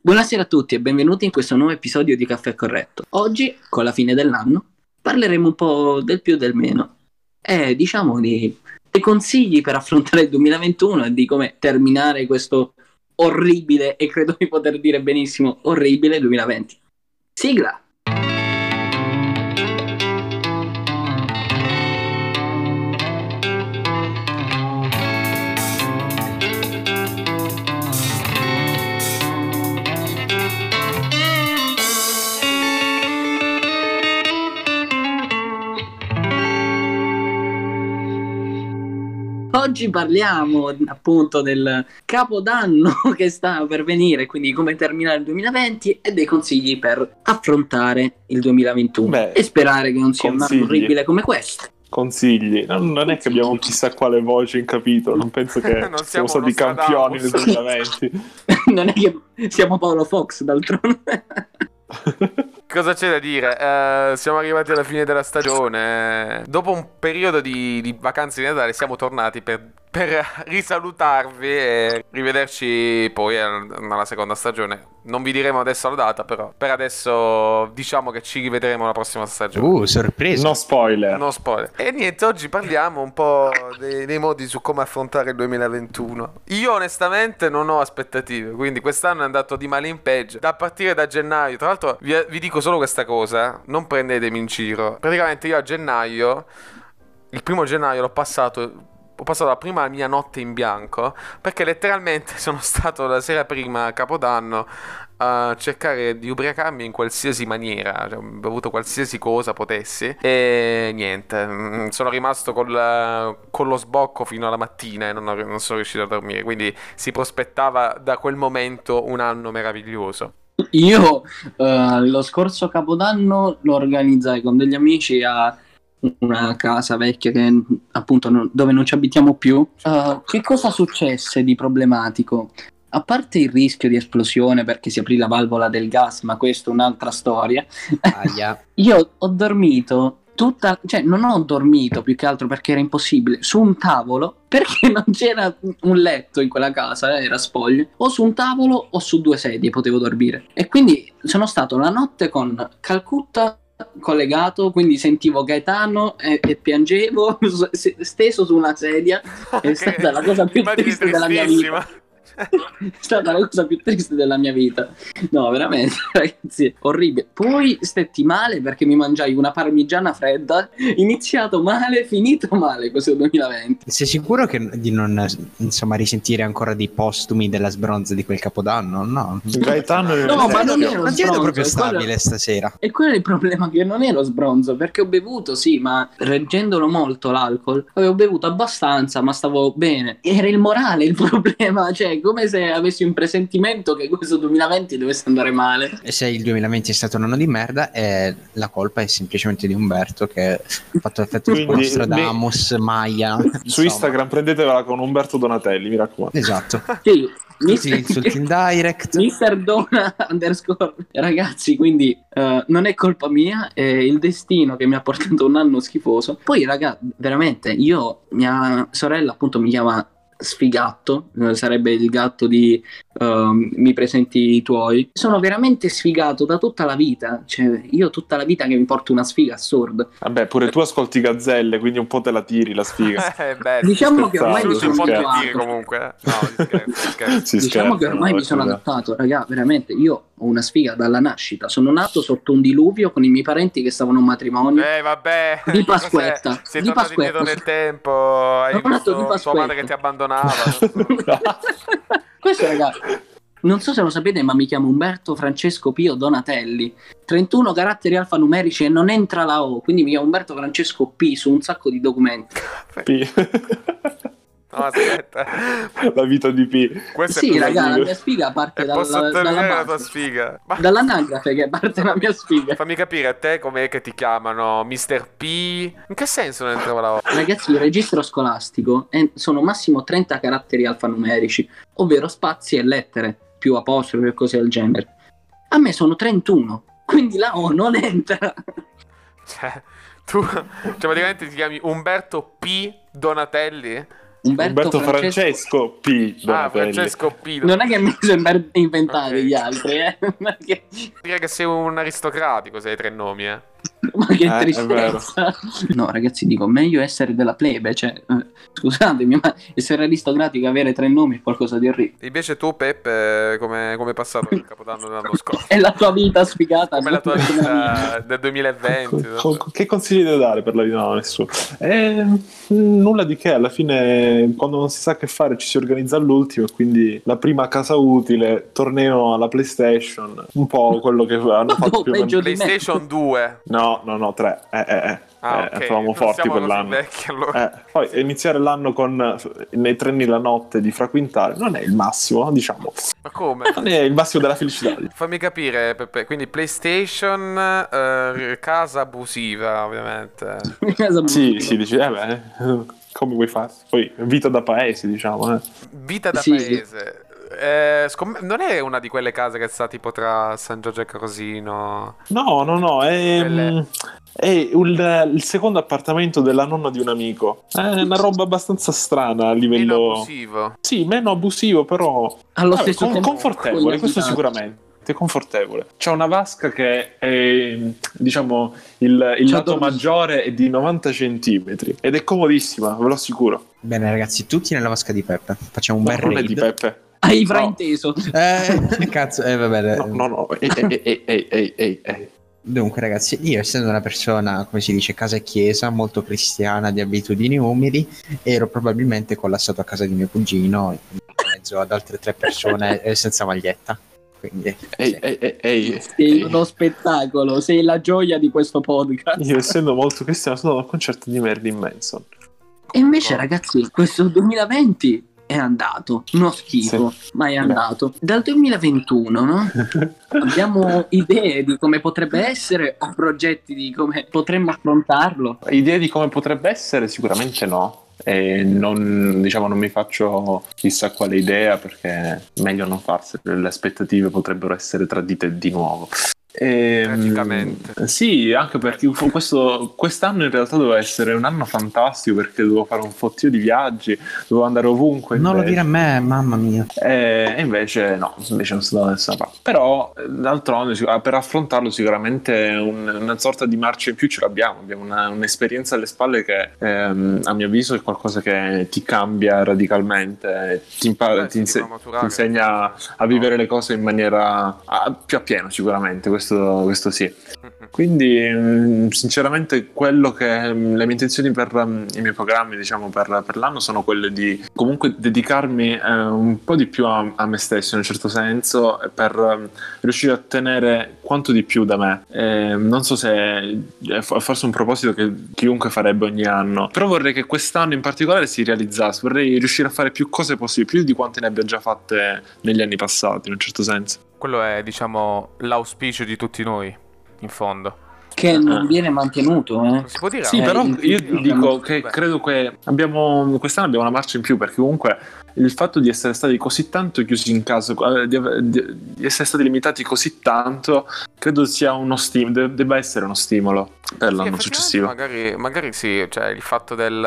Buonasera a tutti e benvenuti in questo nuovo episodio di Caffè Corretto. Oggi, con la fine dell'anno, parleremo un po' del più e del meno e diciamo dei consigli per affrontare il 2021 e di come terminare questo orribile, e credo di poter dire benissimo, orribile 2020. Sigla! Oggi parliamo appunto del Capodanno che sta per venire, quindi come terminare il 2020 e dei consigli per affrontare il 2021 e sperare che non sia un anno orribile come questo. Consigli, non è che abbiamo chissà quale voce in capitolo, non penso che non siamo stati campioni nel 2020. Non è che siamo Paolo Fox d'altronde. Cosa c'è da dire? Siamo arrivati alla fine della stagione. Dopo un periodo di vacanze di Natale siamo tornati per risalutarvi e rivederci poi nella seconda stagione. Non vi diremo adesso la data, però per adesso diciamo che ci rivedremo la prossima stagione. Sorpresa. No spoiler. No spoiler. E niente, oggi parliamo un po' dei modi su come affrontare il 2021. Io onestamente non ho aspettative, quindi quest'anno è andato di male in peggio. Da partire da gennaio, tra l'altro vi dico solo questa cosa, non prendetemi in giro. Praticamente io a gennaio, il 1° gennaio ho passato la prima mia notte in bianco, perché letteralmente sono stato la sera prima a Capodanno a cercare di ubriacarmi in qualsiasi maniera, cioè, ho bevuto qualsiasi cosa potessi e niente, sono rimasto con lo sbocco fino alla mattina e non sono riuscito a dormire, quindi si prospettava da quel momento un anno meraviglioso. Io lo scorso Capodanno lo organizzai con degli amici a una casa vecchia che appunto dove non ci abitiamo più. Che cosa successe di problematico? A parte il rischio di esplosione perché si aprì la valvola del gas, ma questa è un'altra storia. Io ho dormito non ho dormito più che altro perché era impossibile, su un tavolo, perché non c'era un letto in quella casa, era spoglio, o su un tavolo o su 2 sedie potevo dormire. E quindi sono stato la notte con Calcutta collegato, quindi sentivo Gaetano e piangevo steso su una sedia. È stata la cosa più triste della mia vita. È stata la cosa più triste della mia vita. No, veramente, ragazzi, orribile. Poi stetti male perché mi mangiai una parmigiana fredda. Iniziato male, finito male questo 2020. Sei sicuro di non, insomma, risentire ancora dei postumi della sbronza di quel Capodanno? No, Gaetano no, ma non ero non ti vedo proprio sbronzo, stabile stasera. E quello è il problema, che non ero sbronzo, perché ho bevuto, sì, ma reggendolo molto l'alcol, avevo bevuto abbastanza, ma stavo bene. Era il morale il problema, cioè come se avessi un presentimento che questo 2020 dovesse andare male. E se il 2020 è stato un anno di merda, la colpa è semplicemente di Umberto, che ha fatto effetto di Nostradamus, Maya. Su Instagram prendetevela con Umberto Donatelli, mi raccomando. Esatto. Sì. Insulti in direct. Mister Dona _ ragazzi, quindi non è colpa mia, è il destino che mi ha portato un anno schifoso. Poi raga, veramente, mia sorella appunto mi chiama Sfigatto, sarebbe il gatto di Mi presenti i tuoi. Sono veramente sfigato da tutta la vita, cioè io tutta la vita che mi porto una sfiga assurda. Vabbè, pure tu ascolti Gazzelle, quindi un po' te la tiri la sfiga. Diciamo che ormai mi sono abituato comunque. No, scherzo. Diciamo che ormai mi sono adattato, raga, veramente io ho una sfiga dalla nascita. Sono nato sotto un diluvio con i miei parenti che stavano a un matrimonio. Vabbè. Di Pasquetta. Sei tornato indietro nel tempo, hai visto tua madre che ti abbandonava. Questo, ragazzi, non so se lo sapete, ma mi chiamo Umberto Francesco Pio Donatelli. 31 caratteri alfanumerici e non entra la O, quindi mi chiamo Umberto Francesco P su un sacco di documenti. No, aspetta. La vita di P. Questo sì, raga, la mia sfiga parte dalla base. La tua sfiga. Dall'anagrafe che parte la mia sfiga. Fammi capire, a te com'è che ti chiamano? Mr. P? In che senso non entrava la O? Ragazzi, il registro scolastico sono massimo 30 caratteri alfanumerici, ovvero spazi e lettere, più apostrofi e cose del genere. A me sono 31, quindi la O non entra. Tu praticamente ti chiami Umberto P. Donatelli? Umberto Francesco P. Donatelli. Francesco P. Non è che mi sono inventati gli altri, Direi che sei un aristocratico se hai 3 nomi, Ma che È vero. tristezza. No, ragazzi, dico, meglio essere della plebe, cioè, scusatemi, ma essere aristocratico e avere 3 nomi è qualcosa di orribile. Invece tu, Peppe, come è passato il Capodanno dell'anno scorso? È la tua vita sfigata. Come la tua vita del 2020? Che consigli devo dare per la vita? No, nessuno. Nulla di che, alla fine quando non si sa che fare ci si organizza all'ultimo, quindi la prima casa utile, torneo alla PlayStation, un po' quello che hanno fatto più o meno. PlayStation 2. No, 3. Ok. Eravamo Non forti siamo così quell'anno. vecchi, allora. Poi iniziare l'anno con nei treni la notte di Fra Quintale non è il massimo, diciamo. Ma come? Non è il massimo della felicità. Fammi capire, Peppe. Quindi PlayStation, casa abusiva, ovviamente. Sì, dici, come vuoi fare? Poi vita da paese, diciamo. Vita da Sì. paese. Non è una di quelle case che sta tipo tra San Giorgio e Carosino? No, è il secondo appartamento della nonna di un amico. È una roba abbastanza strana a Meno livello... abusivo. Sì, meno abusivo, però... Allo stesso tempo confortevole, questo abitati. sicuramente. È confortevole. C'è una vasca che è, diciamo, il lato dormito. maggiore è di 90 centimetri ed è comodissima, ve lo assicuro. Bene, ragazzi, tutti nella vasca di Peppe. Facciamo un bel Non è di raid. Peppe. Hai No. frainteso. Cazzo, vabbè. No. Ehi. Dunque, ragazzi, io essendo una persona, come si dice, casa e chiesa, molto cristiana, di abitudini umili, ero probabilmente collassato a casa di mio cugino in mezzo ad altre 3 persone senza maglietta. Quindi, sì. Ehi. Sei uno spettacolo, sei la gioia di questo podcast. Io essendo molto cristiano sono andato al concerto di Marilyn Manson. E invece, ragazzi, questo 2020 è andato, uno schifo, ma è andato. Dal 2021, no? Abbiamo idee di come potrebbe essere o progetti di come potremmo affrontarlo? Idee di come potrebbe essere? Sicuramente no. E non mi faccio chissà quale idea perché meglio non farsene, le aspettative potrebbero essere tradite di nuovo. Tragicamente. Sì, anche perché quest'anno in realtà doveva essere un anno fantastico perché dovevo fare un fottio di viaggi, dovevo andare ovunque. Non lo dire a me, mamma mia. E invece non sono stato da nessuna parte. Però d'altronde per affrontarlo sicuramente una sorta di marcia in più ce l'abbiamo. Abbiamo un'esperienza alle spalle che a mio avviso è qualcosa che ti cambia radicalmente, ti insegna a vivere le cose in maniera più a pieno sicuramente, questo sì. Quindi sinceramente quello che le mie intenzioni per i miei programmi diciamo per l'anno sono quelle di comunque dedicarmi un po' di più a me stesso in un certo senso per riuscire a ottenere quanto di più da me. Non so se è forse un proposito che chiunque farebbe ogni anno, però vorrei che quest'anno in particolare si realizzasse, vorrei riuscire a fare più cose possibili, più di quante ne abbia già fatte negli anni passati in un certo senso. Quello è, diciamo, l'auspicio di tutti noi, in fondo. Che non viene mantenuto, Non si può dire. Sì, però io dico che credo che quest'anno abbiamo una marcia in più perché comunque il fatto di essere stati così tanto chiusi in casa, di essere stati limitati così tanto, credo sia uno stimolo, debba essere uno stimolo per l'anno successivo. Magari sì, cioè il fatto del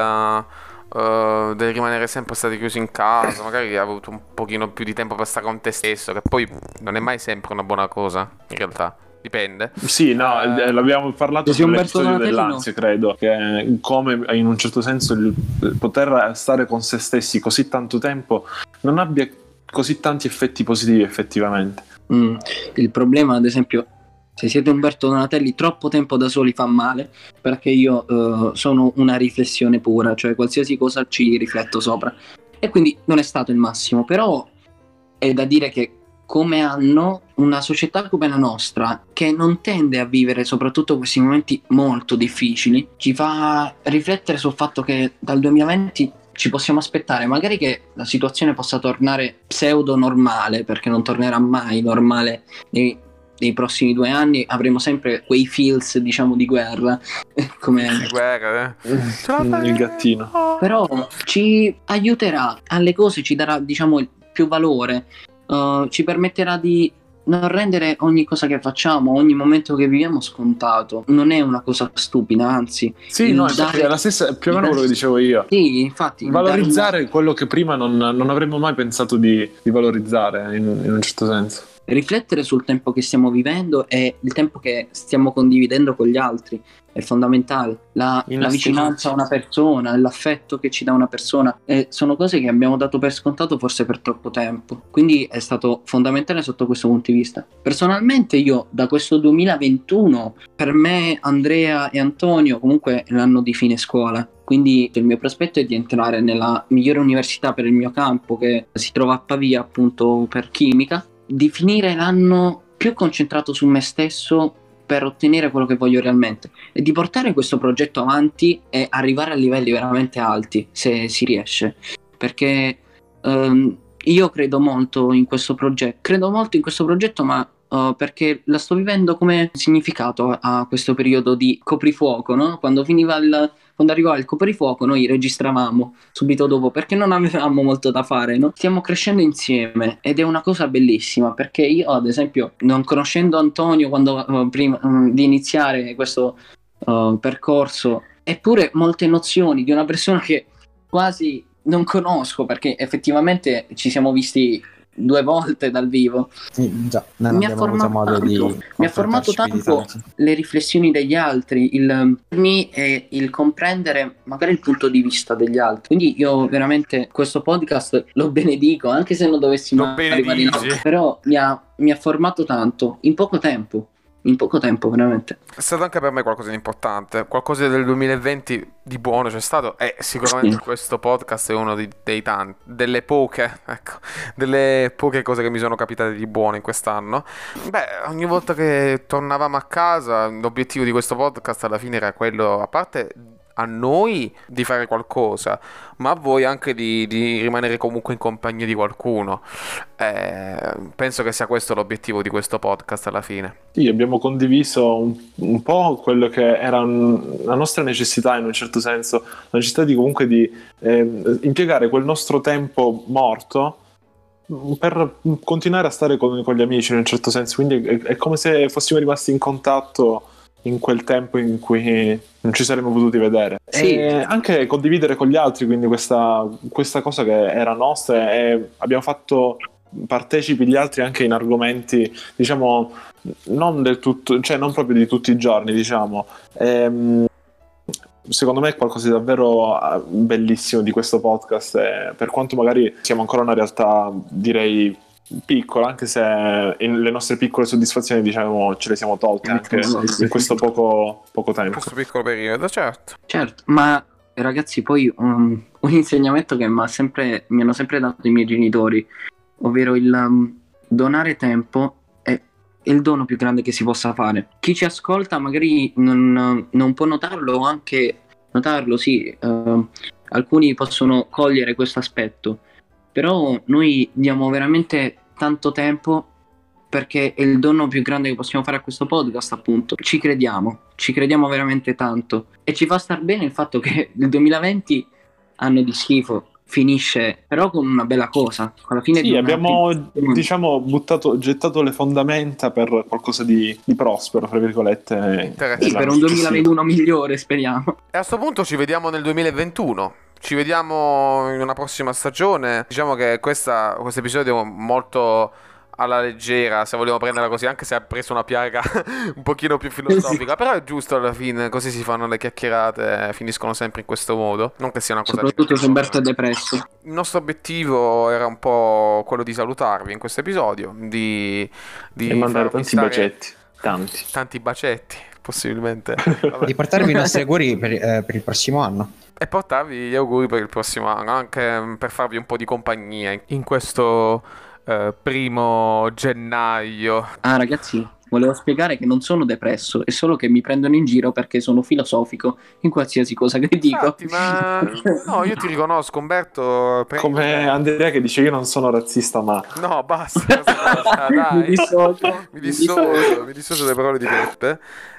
rimanere sempre stati chiusi in casa, magari hai avuto un pochino più di tempo per stare con te stesso, che poi non è mai sempre una buona cosa, in realtà. Dipende. Sì, no, l'abbiamo parlato sull'episodio dell'ansia, credo, che come in un certo senso il poter stare con se stessi così tanto tempo non abbia così tanti effetti positivi effettivamente. Il problema, ad esempio, se siete Umberto Donatelli, troppo tempo da soli fa male, perché io sono una riflessione pura, cioè qualsiasi cosa ci rifletto sopra, e quindi non è stato il massimo, però è da dire che come hanno una società come la nostra, che non tende a vivere soprattutto questi momenti molto difficili, ci fa riflettere sul fatto che dal 2020 ci possiamo aspettare magari che la situazione possa tornare pseudo normale, perché non tornerà mai normale nei prossimi 2 anni, avremo sempre quei feels, diciamo, di guerra come Di guerra, Il gattino. però ci aiuterà alle cose, ci darà, diciamo, il più valore, ci permetterà di non rendere ogni cosa che facciamo, ogni momento che viviamo scontato. Non è una cosa stupida, anzi. Sì, no, è la stessa, più o meno quello che dicevo io. Sì, infatti. Valorizzare quello che prima non avremmo mai pensato di valorizzare, in un certo senso. Riflettere sul tempo che stiamo vivendo e il tempo che stiamo condividendo con gli altri è fondamentale. La vicinanza a una persona, l'affetto che ci dà una persona, sono cose che abbiamo dato per scontato forse per troppo tempo. Quindi è stato fondamentale sotto questo punto di vista. Personalmente io da questo 2021, per me Andrea e Antonio comunque è l'anno di fine scuola. Quindi il mio prospetto è di entrare nella migliore università per il mio campo, che si trova a Pavia, appunto, per chimica, di finire l'anno più concentrato su me stesso per ottenere quello che voglio realmente e di portare questo progetto avanti e arrivare a livelli veramente alti, se si riesce, perché io credo molto in questo progetto, ma perché la sto vivendo come significato a questo periodo di coprifuoco, no? Quando arrivava il coprifuoco noi registravamo subito dopo perché non avevamo molto da fare, no? Stiamo crescendo insieme ed è una cosa bellissima, perché io ad esempio, non conoscendo Antonio quando prima di iniziare questo percorso, eppure molte nozioni di una persona che quasi non conosco, perché effettivamente ci siamo visti 2 volte dal vivo. Già, mi ha formato tanto le riflessioni degli altri, il comprendere magari il punto di vista degli altri. Quindi io veramente questo podcast lo benedico, anche se non dovessi mai arrivare in alto, però mi ha formato tanto in poco tempo. Veramente. È stato anche per me qualcosa di importante, qualcosa del 2020 di buono c'è stato, e sicuramente questo podcast è uno dei tanti, delle poche cose che mi sono capitate di buono in quest'anno. Ogni volta che tornavamo a casa, l'obiettivo di questo podcast alla fine era quello, a parte a noi di fare qualcosa, ma a voi anche di rimanere comunque in compagnia di qualcuno. Penso che sia questo l'obiettivo di questo podcast alla fine. Sì, abbiamo condiviso un po' quello che era la nostra necessità, in un certo senso, la necessità di comunque di impiegare quel nostro tempo morto per continuare a stare con gli amici, in un certo senso. Quindi è come se fossimo rimasti in contatto in quel tempo in cui non ci saremmo potuti vedere. Sì. E anche condividere con gli altri, quindi questa cosa che era nostra, e abbiamo fatto partecipi gli altri anche in argomenti, diciamo, non del tutto, cioè non proprio di tutti i giorni, diciamo. Secondo me è qualcosa di davvero bellissimo di questo podcast, per quanto magari siamo ancora una realtà, direi, piccola, anche se le nostre piccole soddisfazioni, diciamo, ce le siamo tolte anche in questo poco tempo, in questo piccolo periodo. Certo, ma ragazzi, poi un insegnamento che mi hanno sempre dato i miei genitori, ovvero il donare tempo è il dono più grande che si possa fare. Chi ci ascolta magari non può notarlo, o anche notarlo, sì, alcuni possono cogliere questo aspetto, però noi diamo veramente tanto tempo, perché è il dono più grande che possiamo fare a questo podcast, appunto. Ci crediamo veramente tanto, e ci fa star bene il fatto che il 2020, anno di schifo, finisce però con una bella cosa. Alla fine sì, abbiamo diciamo gettato le fondamenta per qualcosa di prospero, tra virgolette, sì, per un 2021 migliore, speriamo. E a questo punto ci vediamo nel 2021. Ci vediamo in una prossima stagione. Diciamo che questo episodio è molto alla leggera, se vogliamo prenderla così, anche se ha preso una piaga un pochino più filosofica, però è giusto alla fine, così si fanno le chiacchierate, finiscono sempre in questo modo, non che sia una cosa, soprattutto se Umberto è depresso. Il nostro obiettivo era un po' quello di salutarvi in questo episodio, di mandare tanti bacetti, tanti bacetti possibilmente di portarvi i nostri auguri per il prossimo anno e portarvi gli auguri per il prossimo anno, anche per farvi un po' di compagnia in questo primo gennaio. Ragazzi, volevo spiegare che non sono depresso, è solo che mi prendono in giro perché sono filosofico in qualsiasi cosa che dico. Infatti, ma no, io ti riconosco, Umberto. Come Andrea che dice: io non sono razzista, ma no, basta, dai. Mi dissocio dalle parole di Peppe.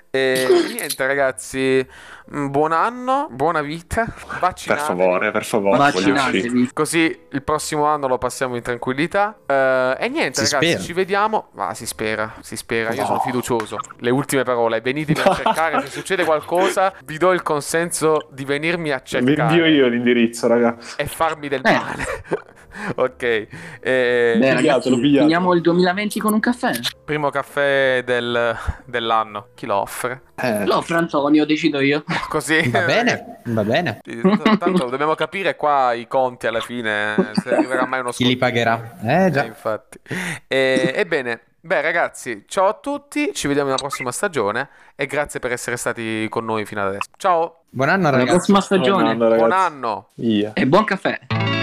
E niente ragazzi, buon anno, buona vita, vaccinatevi. Per favore, voglio uscire. Vaccinatevi. Così il prossimo anno lo passiamo in tranquillità. E niente, Si ragazzi, spera. ci vediamo. Ma si spera. Io sono fiducioso. Le ultime parole: venitemi a cercare. Se succede qualcosa, vi do il consenso di venirmi a Vi cercare invio io l'indirizzo, raga. e farmi del male. Ok. Beh, ragazzi, pigliatelo. finiamo il 2020 con un caffè. Primo caffè dell'anno. Chi lo offre? Lo offre Antonio, decido io. Così. Va bene, va bene. Tanto dobbiamo capire qua i conti alla fine. Se arriverà mai uno Chi li sconto. pagherà? Già. Infatti. Ebbene, beh ragazzi, ciao a tutti, ci vediamo nella prossima stagione e grazie per essere stati con noi fino ad adesso. Ciao, Buon anno Alla ragazzi. prossima stagione. Buon anno, ragazzi. buon anno. Via. E buon caffè.